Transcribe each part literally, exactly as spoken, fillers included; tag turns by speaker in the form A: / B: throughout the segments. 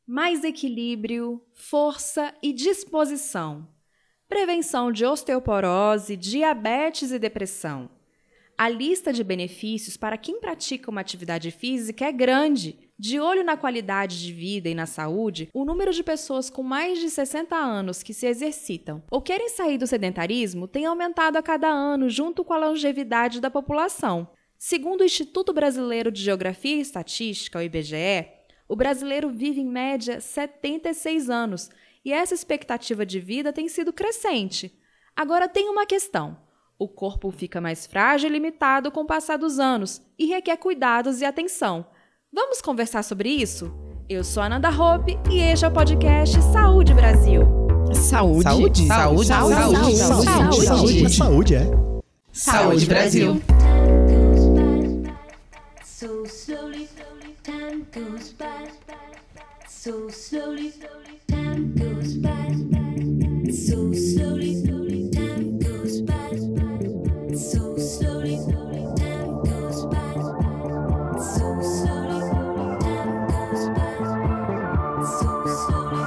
A: mais equilíbrio, força e disposição. Prevenção de osteoporose, diabetes e depressão. A lista de benefícios para quem pratica uma atividade física é grande. De olho na qualidade de vida e na saúde, o número de pessoas com mais de sessenta anos que se exercitam ou querem sair do sedentarismo tem aumentado a cada ano junto com a longevidade da população. Segundo o Instituto Brasileiro de Geografia e Estatística, o I B G E, o brasileiro vive em média setenta e seis anos e essa expectativa de vida tem sido crescente. Agora tem uma questão. O corpo fica mais frágil e limitado com o passar dos anos e requer cuidados e atenção. Vamos conversar sobre isso? Eu sou a Nanda Hope e este é o podcast Saúde Brasil.
B: Saúde?
C: Saúde?
B: Saúde?
C: Saúde? Saúde? Saúde? Saúde? Saúde, é.
B: Saúde Brasil.
D: So slowly, time goes by. So slowly, time goes by. So slowly, time goes by. So slowly, time goes by. So slowly, time goes by. So slowly.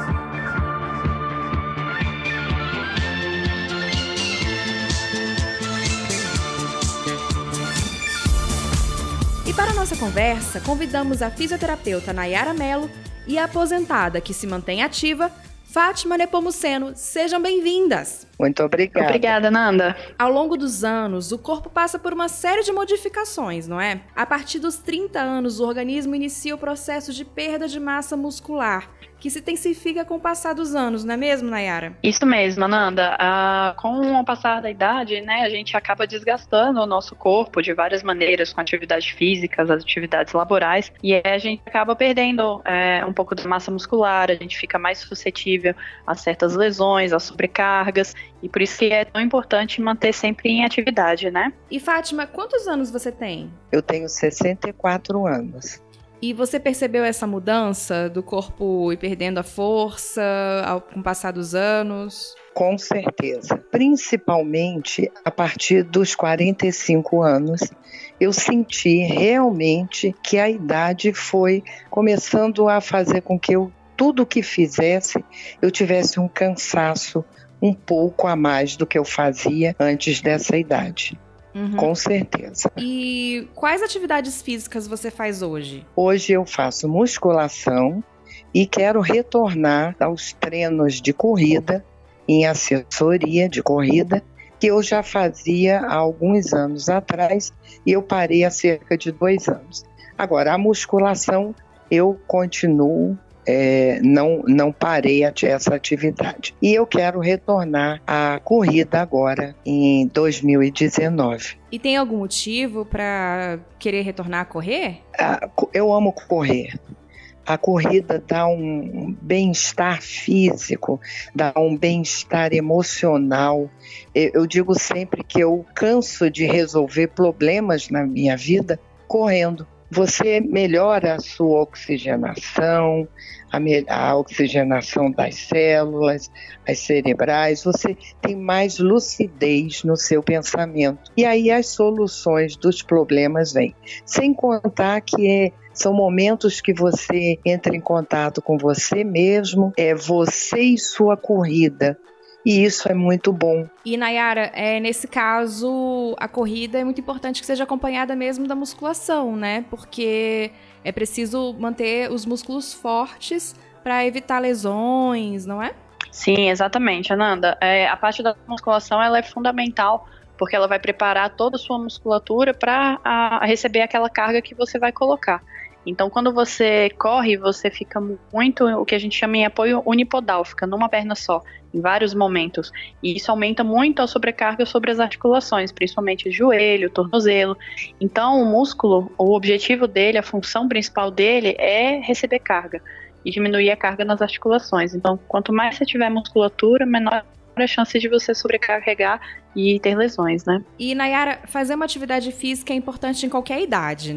A: E para a nossa conversa, convidamos a fisioterapeuta Nayara Mello e a aposentada que se mantém ativa, Fátima Nepomuceno. Sejam bem-vindas!
C: Muito obrigada.
B: Obrigada, Nanda.
A: Ao longo dos anos, o corpo passa por uma série de modificações, não é? A partir dos trinta anos, o organismo inicia o processo de perda de massa muscular, que se intensifica com o passar dos anos, não é mesmo, Nayara?
B: Isso mesmo, Nanda. Ah, com o passar da idade, né, a gente acaba desgastando o nosso corpo de várias maneiras, com atividades físicas, as atividades laborais, e aí a gente acaba perdendo é, um pouco da massa muscular, a gente fica mais suscetível a certas lesões, a sobrecargas, e por isso que é tão importante manter sempre em atividade, né?
A: E Fátima, quantos anos você tem?
C: Eu tenho sessenta e quatro anos.
A: E você percebeu essa mudança do corpo ir perdendo a força ao, com o passar dos anos?
C: Com certeza. Principalmente a partir dos quarenta e cinco anos, eu senti realmente que a idade foi começando a fazer com que eu, tudo que fizesse, eu tivesse um cansaço um pouco a mais do que eu fazia antes dessa idade.
A: Uhum.
C: Com certeza.
A: E quais atividades físicas você faz hoje?
C: Hoje eu faço musculação e quero retornar aos treinos de corrida, em assessoria de corrida, que eu já fazia há alguns anos atrás e eu parei há cerca de dois anos. Agora, a musculação eu continuo. É, não, não parei essa atividade. E eu quero retornar à corrida agora, em dois mil e dezenove.
A: E tem algum motivo para querer retornar a correr?
C: Ah, eu amo correr. A corrida dá um bem-estar físico, dá um bem-estar emocional. Eu digo sempre que eu canso de resolver problemas na minha vida correndo. Você melhora a sua oxigenação, a, me- a oxigenação das células, as cerebrais, você tem mais lucidez no seu pensamento. E aí as soluções dos problemas vêm. Sem contar que é, são momentos que você entra em contato com você mesmo, é você e sua corrida. E isso é muito bom.
A: E, Nayara, é, nesse caso, a corrida é muito importante que seja acompanhada mesmo da musculação, né? Porque é preciso manter os músculos fortes para evitar lesões, não é?
B: Sim, exatamente, Ananda. É, a parte da musculação ela é fundamental, porque ela vai preparar toda a sua musculatura para receber aquela carga que você vai colocar. Então, quando você corre, você fica muito, o que a gente chama em apoio unipodal, fica numa perna só, em vários momentos. E isso aumenta muito a sobrecarga sobre as articulações, principalmente o joelho, o tornozelo. Então, o músculo, o objetivo dele, a função principal dele é receber carga e diminuir a carga nas articulações. Então, quanto mais você tiver musculatura, menor a chance de você sobrecarregar e ter lesões, né?
A: E, Nayara, fazer uma atividade física é importante em qualquer idade, né?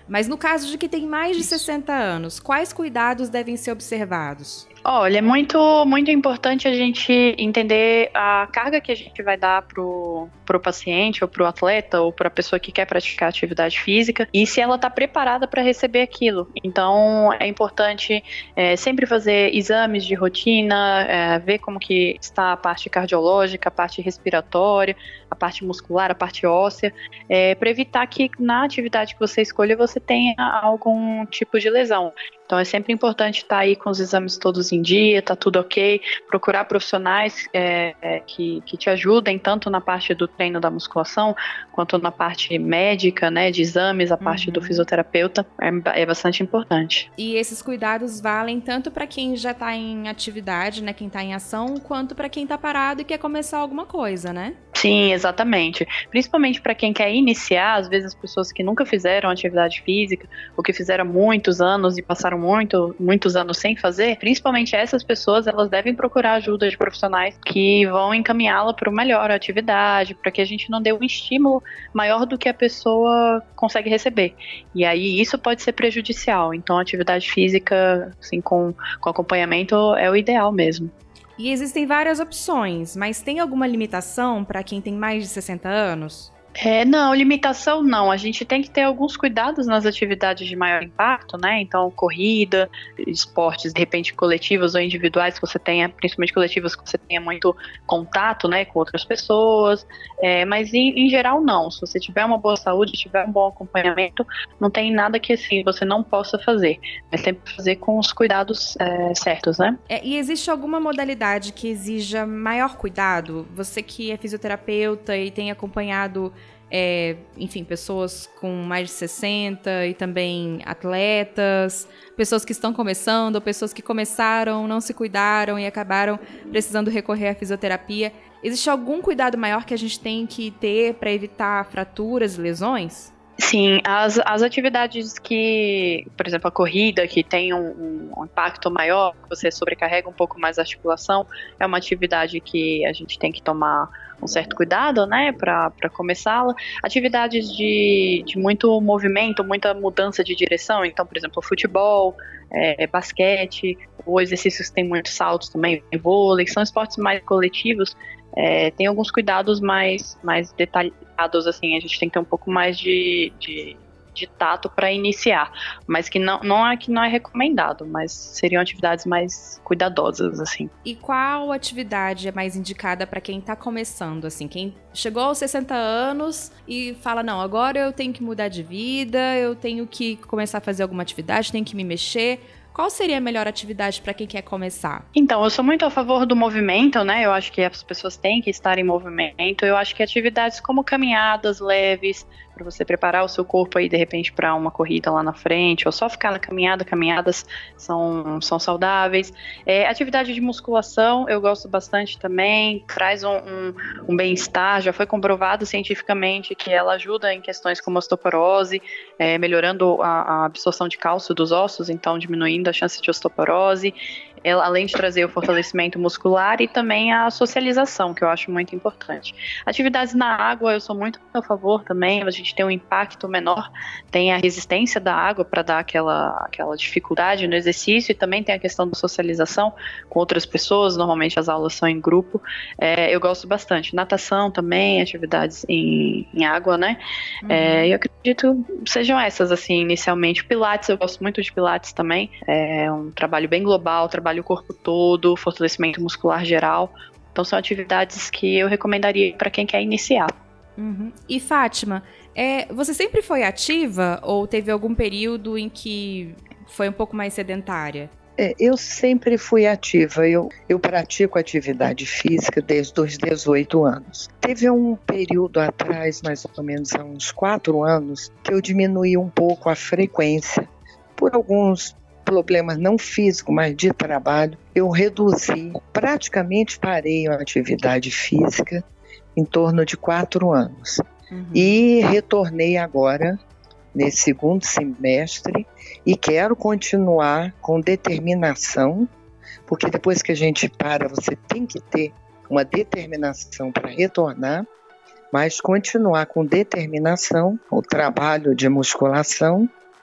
A: Mas no caso de que tem mais de sessenta anos, quais cuidados devem ser observados?
B: Olha, é muito, muito importante a gente entender a carga que a gente vai dar pro, pro paciente, ou pro atleta, ou para a pessoa que quer praticar atividade física, e se ela está preparada para receber aquilo. Então, é importante é, sempre fazer exames de rotina, é, ver como que está a parte cardiológica, a parte respiratória, a parte muscular, a parte óssea, é, para evitar que na atividade que você escolha você tenha algum tipo de lesão. Então é sempre importante estar aí com os exames todos em dia, tá tudo ok, procurar profissionais é, é, que, que te ajudem tanto na parte do treino da musculação, quanto na parte médica, né, de exames, a parte
A: Uhum.
B: do fisioterapeuta, é, é bastante importante.
A: E esses cuidados valem tanto para quem já está em atividade, né, quem está em ação, quanto para quem está parado e quer começar alguma coisa, né?
B: Sim, exatamente. Principalmente para quem quer iniciar, às vezes as pessoas que nunca fizeram atividade física, ou que fizeram há muitos anos e passaram muito, muitos anos sem fazer, principalmente essas pessoas, elas devem procurar ajuda de profissionais que vão encaminhá-la para uma melhor atividade, para que a gente não dê um estímulo maior do que a pessoa consegue receber. E aí isso pode ser prejudicial. Então a atividade física, assim, com, com acompanhamento é o ideal mesmo.
A: E existem várias opções, mas tem alguma limitação para quem tem mais de sessenta anos?
B: É, não, limitação não. A gente tem que ter alguns cuidados nas atividades de maior impacto, né? Então, corrida, esportes, de repente, coletivos ou individuais que você tenha, principalmente coletivos que você tenha muito contato, né, com outras pessoas. É, mas, em, em geral, não. Se você tiver uma boa saúde, tiver um bom acompanhamento, não tem nada que, assim, você não possa fazer. Mas sempre fazer com os cuidados é, certos, né?
A: É, e existe alguma modalidade que exija maior cuidado? Você que é fisioterapeuta e tem acompanhado... É, enfim, pessoas com mais de sessenta e também atletas, pessoas que estão começando, ou pessoas que começaram, não se cuidaram e acabaram precisando recorrer à fisioterapia. Existe algum cuidado maior que a gente tem que ter para evitar fraturas e lesões?
B: Sim, as, as atividades que, por exemplo, a corrida, que tem um, um impacto maior, você sobrecarrega um pouco mais a articulação, é uma atividade que a gente tem que tomar um certo cuidado, né, para começá-la. Atividades de, de muito movimento, muita mudança de direção, então, por exemplo, futebol, é, basquete, ou exercícios que tem muitos saltos também, vôlei, são esportes mais coletivos. É, tem alguns cuidados mais, mais detalhados, assim, a gente tem que ter um pouco mais de, de, de tato para iniciar, mas que não, não é que não é recomendado, mas seriam atividades mais cuidadosas, assim.
A: E qual atividade é mais indicada para quem está começando, assim, quem chegou aos sessenta anos e fala, não, agora eu tenho que mudar de vida, eu tenho que começar a fazer alguma atividade, tenho que me mexer. Qual seria a melhor atividade para quem quer começar?
B: Então, eu sou muito a favor do movimento, né? Eu acho que as pessoas têm que estar em movimento. Eu acho que atividades como caminhadas leves, para você preparar o seu corpo aí, de repente, para uma corrida lá na frente, ou só ficar na caminhada, caminhadas são, são saudáveis. É, atividade de musculação, eu gosto bastante também, traz um, um, um bem-estar, já foi comprovado cientificamente que ela ajuda em questões como osteoporose, é, melhorando a, a absorção de cálcio dos ossos, então diminuindo a chance de osteoporose. Ela, além de trazer o fortalecimento muscular e também a socialização, que eu acho muito importante. Atividades na água, eu sou muito a favor também, a gente tem um impacto menor, tem a resistência da água para dar aquela, aquela dificuldade no exercício, e também tem a questão da socialização com outras pessoas, normalmente as aulas são em grupo. É, eu gosto bastante. Natação também, atividades em, em água, né? Uhum. É, eu acredito sejam essas, assim, inicialmente. Pilates, eu gosto muito de Pilates também, é um trabalho bem global, trabalho o corpo todo, fortalecimento muscular geral. Então são atividades que eu recomendaria para quem quer iniciar.
A: Uhum. E Fátima, é, você sempre foi ativa ou teve algum período em que foi um pouco mais sedentária?
C: É, eu sempre fui ativa, eu, eu pratico atividade física desde os dezoito anos. Teve um período atrás, mais ou menos há uns quatro anos, que eu diminuí um pouco a frequência, por alguns problemas não físicos, mas de trabalho. Eu reduzi, praticamente parei a atividade física em torno de quatro anos. Uhum. E retornei agora, nesse segundo semestre, e quero continuar com determinação, porque depois que a gente para, você tem que ter uma determinação para retornar, mas continuar com determinação o trabalho de musculação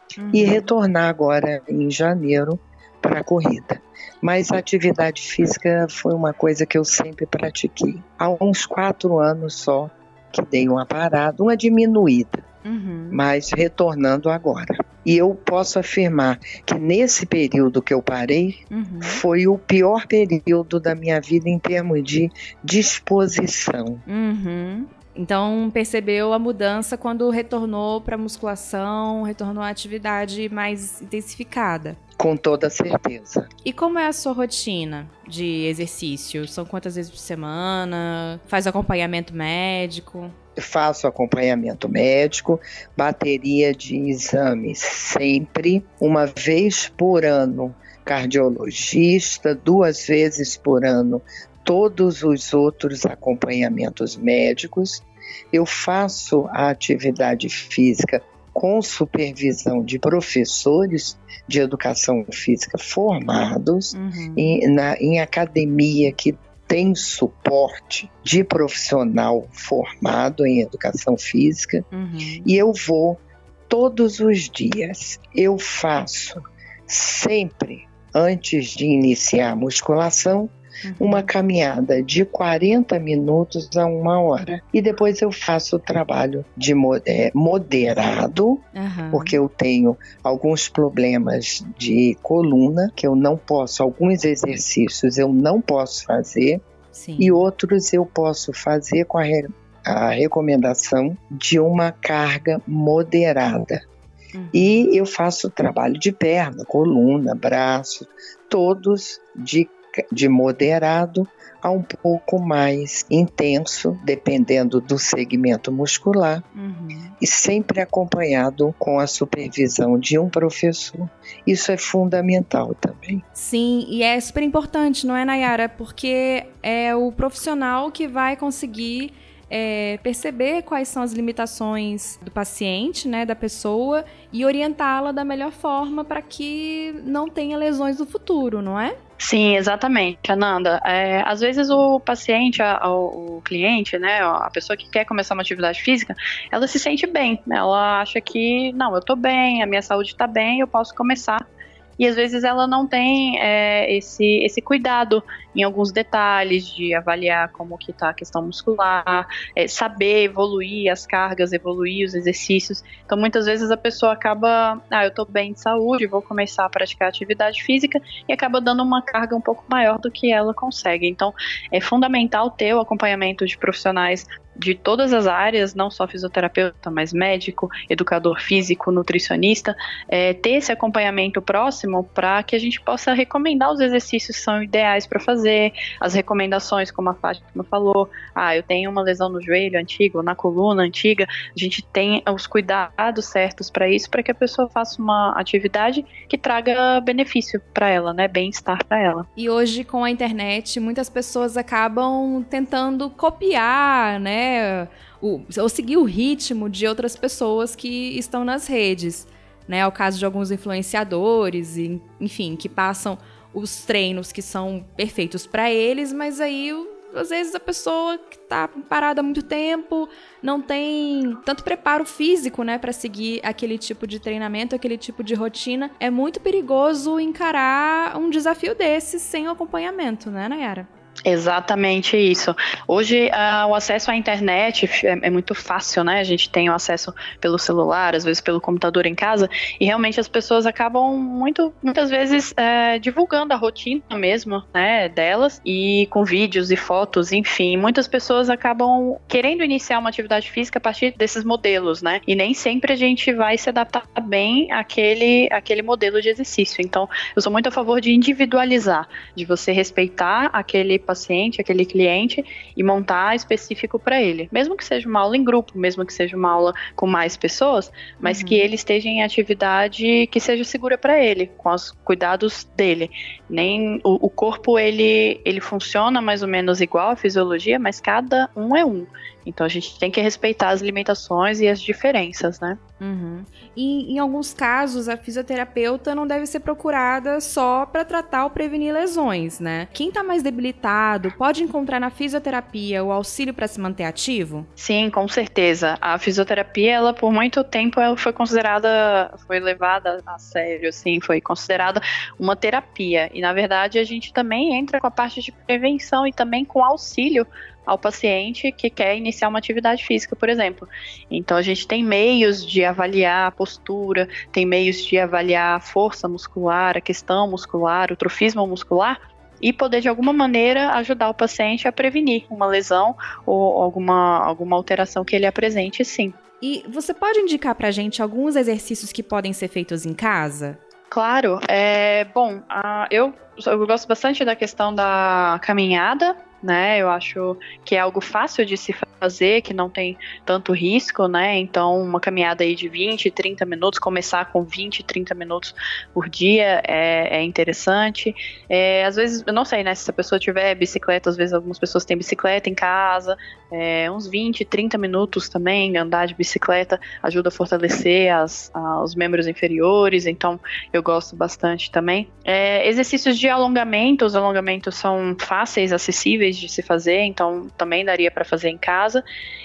A: Uhum.
C: e retornar agora em janeiro para a corrida. Mas a atividade física foi uma coisa que eu sempre pratiquei. Há uns quatro anos só que dei uma parada, uma diminuída,
A: Uhum.
C: mas retornando agora. E eu posso afirmar que nesse período que eu parei,
A: Uhum.
C: foi o pior período da minha vida em termos de disposição.
A: Uhum. Então percebeu a mudança quando retornou para musculação, retornou à atividade mais intensificada.
C: Com toda certeza.
A: E como é a sua rotina de exercício? São quantas vezes por semana? Faz acompanhamento médico?
C: Faço acompanhamento médico, bateria de exames sempre, uma vez por ano cardiologista, duas vezes por ano todos os outros acompanhamentos médicos. Eu faço a atividade física com supervisão de professores de educação física formados,
A: Uhum.
C: em, na, em academia que tem suporte de profissional formado em educação física,
A: Uhum.
C: e eu vou todos os dias. Eu faço sempre, antes de iniciar a musculação,
A: Uhum.
C: uma caminhada de quarenta minutos a uma hora. E depois eu faço o trabalho de mo- é, moderado,
A: Uhum.
C: porque eu tenho alguns problemas de coluna, que eu não posso, alguns exercícios eu não posso fazer,
A: Sim.
C: e outros eu posso fazer com a, re- a recomendação de uma carga moderada.
A: Uhum.
C: E eu faço trabalho de perna, coluna, braço, todos de de moderado a um pouco mais intenso, dependendo do segmento muscular,
A: Uhum.
C: e sempre acompanhado com a supervisão de um professor. Isso é fundamental também.
A: Sim, e é super importante, não é, Nayara? Porque é o profissional que vai conseguir é, perceber quais são as limitações do paciente, né, da pessoa, e orientá-la da melhor forma para que não tenha lesões no futuro, não é?
B: Sim, exatamente, Ananda. É, às vezes o paciente, a, o, o cliente, né, a pessoa que quer começar uma atividade física, ela se sente bem, ela acha que, não, eu tô bem, a minha saúde tá bem, eu posso começar. E às vezes ela não tem é, esse, esse cuidado em alguns detalhes de avaliar como que está a questão muscular, é, saber evoluir as cargas, evoluir os exercícios. Então muitas vezes a pessoa acaba, ah, eu estou bem de saúde, vou começar a praticar atividade física, e acaba dando uma carga um pouco maior do que ela consegue. Então é fundamental ter o acompanhamento de profissionais de todas as áreas, não só fisioterapeuta, mas médico, educador físico, nutricionista, é, ter esse acompanhamento próximo para que a gente possa recomendar os exercícios que são ideais para fazer, as recomendações, como a Fátima falou, ah, eu tenho uma lesão no joelho antigo, na coluna antiga, a gente tem os cuidados certos para isso, para que a pessoa faça uma atividade que traga benefício para ela, né, bem-estar para ela.
A: E hoje, com a internet, muitas pessoas acabam tentando copiar, né, o, ou seguir o ritmo de outras pessoas que estão nas redes, né? É o caso de alguns influenciadores, enfim, que passam os treinos que são perfeitos para eles, mas aí às vezes a pessoa que está parada há muito tempo não tem tanto preparo físico, né, para seguir aquele tipo de treinamento, aquele tipo de rotina. É muito perigoso encarar um desafio desse sem o acompanhamento, né, Nayara?
B: Exatamente isso. Hoje uh, o acesso à internet é, é muito fácil, né? A gente tem o acesso pelo celular, às vezes pelo computador em casa, e realmente as pessoas acabam muito, muitas vezes é, divulgando a rotina mesmo, né, delas, e com vídeos e fotos, enfim. Muitas pessoas acabam querendo iniciar uma atividade física a partir desses modelos, né? E nem sempre a gente vai se adaptar bem àquele, àquele modelo de exercício. Então, eu sou muito a favor de individualizar, de você respeitar aquele paciente, aquele cliente, e montar específico para ele. Mesmo que seja uma aula em grupo, mesmo que seja uma aula com mais pessoas, mas uhum. que ele esteja em atividade que seja segura para ele, com os cuidados dele. Nem o, o corpo, ele, ele funciona mais ou menos igual à fisiologia, mas cada um é um. Então a gente tem que respeitar as limitações e as diferenças, né?
A: Uhum. E em alguns casos, a fisioterapeuta não deve ser procurada só para tratar ou prevenir lesões, né? Quem tá mais debilitado pode encontrar na fisioterapia o auxílio para se manter ativo?
B: Sim, com certeza. A fisioterapia, ela por muito tempo ela foi considerada, foi levada a sério, assim, foi considerada uma terapia. E na verdade a gente também entra com a parte de prevenção e também com auxílio ao paciente que quer iniciar uma atividade física, por exemplo. Então a gente tem meios de avaliar a postura, tem meios de avaliar a força muscular, a questão muscular, o trofismo muscular, e poder de alguma maneira ajudar o paciente a prevenir uma lesão ou alguma, alguma alteração que ele apresente, sim.
A: E você pode indicar pra gente alguns exercícios que podem ser feitos em casa?
B: Claro, é, bom, uh, eu, eu gosto bastante da questão da caminhada, né, eu acho que é algo fácil de se fazer, que não tem tanto risco, né, então uma caminhada aí de vinte, trinta minutos, começar com vinte, trinta minutos por dia é, é interessante, é, às vezes, eu não sei, né, se a pessoa tiver bicicleta, às vezes algumas pessoas têm bicicleta em casa, é, uns vinte, trinta minutos também, andar de bicicleta ajuda a fortalecer as, a, os membros inferiores, então eu gosto bastante também. É, exercícios de alongamento, os alongamentos são fáceis, acessíveis de se fazer, então também daria para fazer em casa,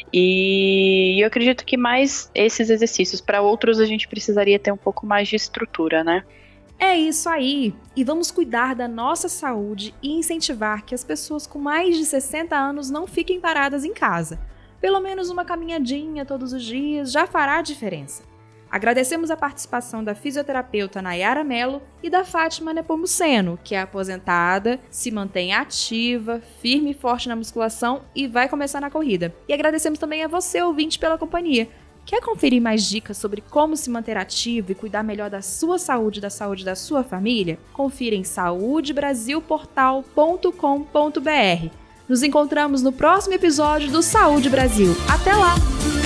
B: e eu acredito que mais esses exercícios, para outros a gente precisaria ter um pouco mais de estrutura, né?
A: É isso aí! E vamos cuidar da nossa saúde e incentivar que as pessoas com mais de sessenta anos não fiquem paradas em casa. Pelo menos uma caminhadinha todos os dias já fará a diferença. Agradecemos a participação da fisioterapeuta Nayara Mello e da Fátima Nepomuceno, que é aposentada, se mantém ativa, firme e forte na musculação e vai começar na corrida. E agradecemos também a você, ouvinte, pela companhia. Quer conferir mais dicas sobre como se manter ativo e cuidar melhor da sua saúde e da saúde da sua família? Confira em saúde brasil portal ponto com ponto b r. Nos encontramos no próximo episódio do Saúde Brasil. Até lá!